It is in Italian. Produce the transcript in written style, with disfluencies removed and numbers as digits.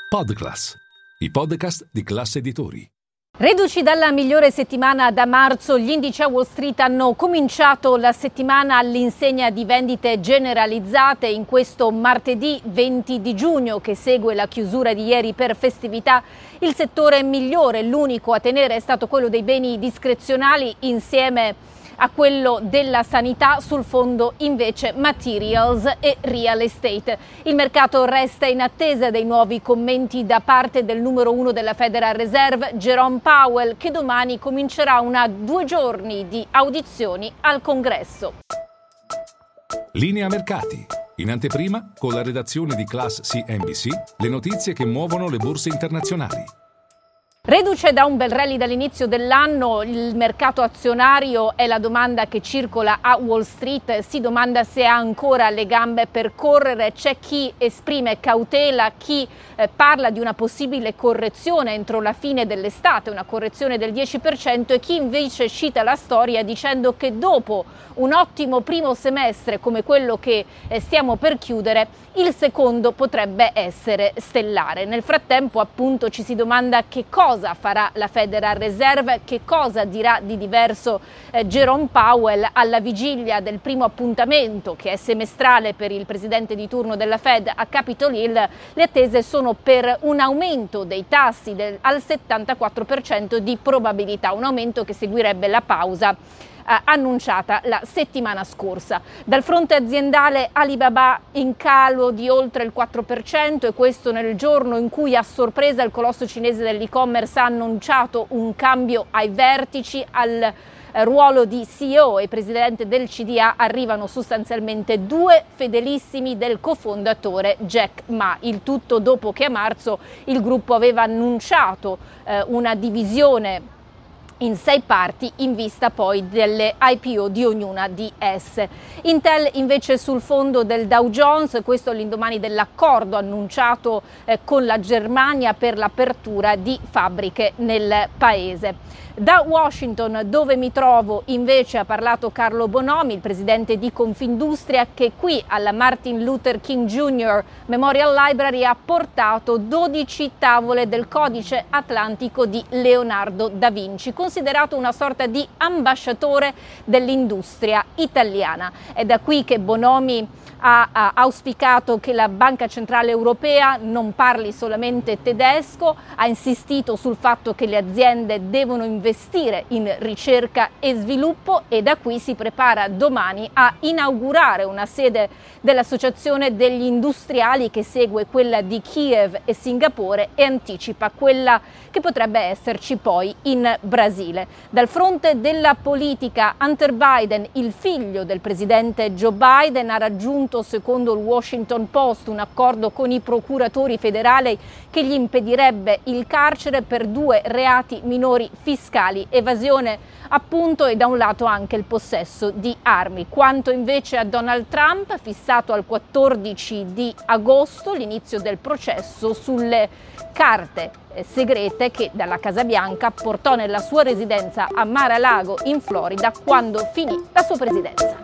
Podclass, i podcast di Class Editori. Reduci dalla migliore settimana da marzo, gli indici a Wall Street hanno cominciato la settimana all'insegna di vendite generalizzate in questo martedì 20 di giugno che segue la chiusura di ieri per festività. Il settore migliore, l'unico a tenere, è stato quello dei beni discrezionali insieme a quello della sanità, sul fondo invece materials e real estate. Il mercato resta in attesa dei nuovi commenti da parte del numero uno della Federal Reserve, Jerome Powell, che domani comincerà 2 giorni di audizioni al Congresso. Linea mercati. In anteprima, con la redazione di Class CNBC, le notizie che muovono le borse internazionali. Reduce da un bel rally dall'inizio dell'anno, il mercato azionario è la domanda che circola a Wall Street. Si domanda se ha ancora le gambe per correre. C'è chi esprime cautela, chi parla di una possibile correzione entro la fine dell'estate, una correzione del 10%, e chi invece cita la storia dicendo che dopo un ottimo primo semestre come quello che stiamo per chiudere, il secondo potrebbe essere stellare. Nel frattempo, appunto, ci si domanda che cosa farà la Federal Reserve, che cosa dirà di diverso Jerome Powell alla vigilia del primo appuntamento, che è semestrale per il presidente di turno della Fed a Capitol Hill. Le attese sono per un aumento dei tassi al 74% di probabilità, un aumento che seguirebbe la pausa annunciata la settimana scorsa. Dal fronte aziendale, Alibaba in calo di oltre il 4%, e questo nel giorno in cui a sorpresa il colosso cinese dell'e-commerce ha annunciato un cambio ai vertici. Al ruolo di CEO e presidente del CDA arrivano sostanzialmente 2 fedelissimi del cofondatore Jack Ma, il tutto dopo che a marzo il gruppo aveva annunciato una divisione in 6 parti in vista poi delle IPO di ognuna di esse. Intel invece sul fondo del Dow Jones, questo all'indomani dell'accordo annunciato con la Germania per l'apertura di fabbriche nel paese. Da Washington, dove mi trovo, invece ha parlato Carlo Bonomi, il presidente di Confindustria, che qui alla Martin Luther King Jr. Memorial Library ha portato 12 tavole del codice atlantico di Leonardo da Vinci, considerato una sorta di ambasciatore dell'industria italiana. È da qui che Bonomi ha auspicato che la Banca Centrale Europea non parli solamente tedesco, ha insistito sul fatto che le aziende devono investire in ricerca e sviluppo, e da qui si prepara domani a inaugurare una sede dell'Associazione degli Industriali che segue quella di Kiev e Singapore e anticipa quella che potrebbe esserci poi in Brasile. Dal fronte della politica, Hunter Biden, il figlio del presidente Joe Biden, ha raggiunto, secondo il Washington Post, un accordo con i procuratori federali che gli impedirebbe il carcere per 2 reati minori fiscali, evasione appunto e da un lato anche il possesso di armi. Quanto invece a Donald Trump, fissato al 14 di agosto l'inizio del processo sulle carte segrete che dalla Casa Bianca portò nella sua residenza a Mar-a-Lago in Florida quando finì la sua presidenza.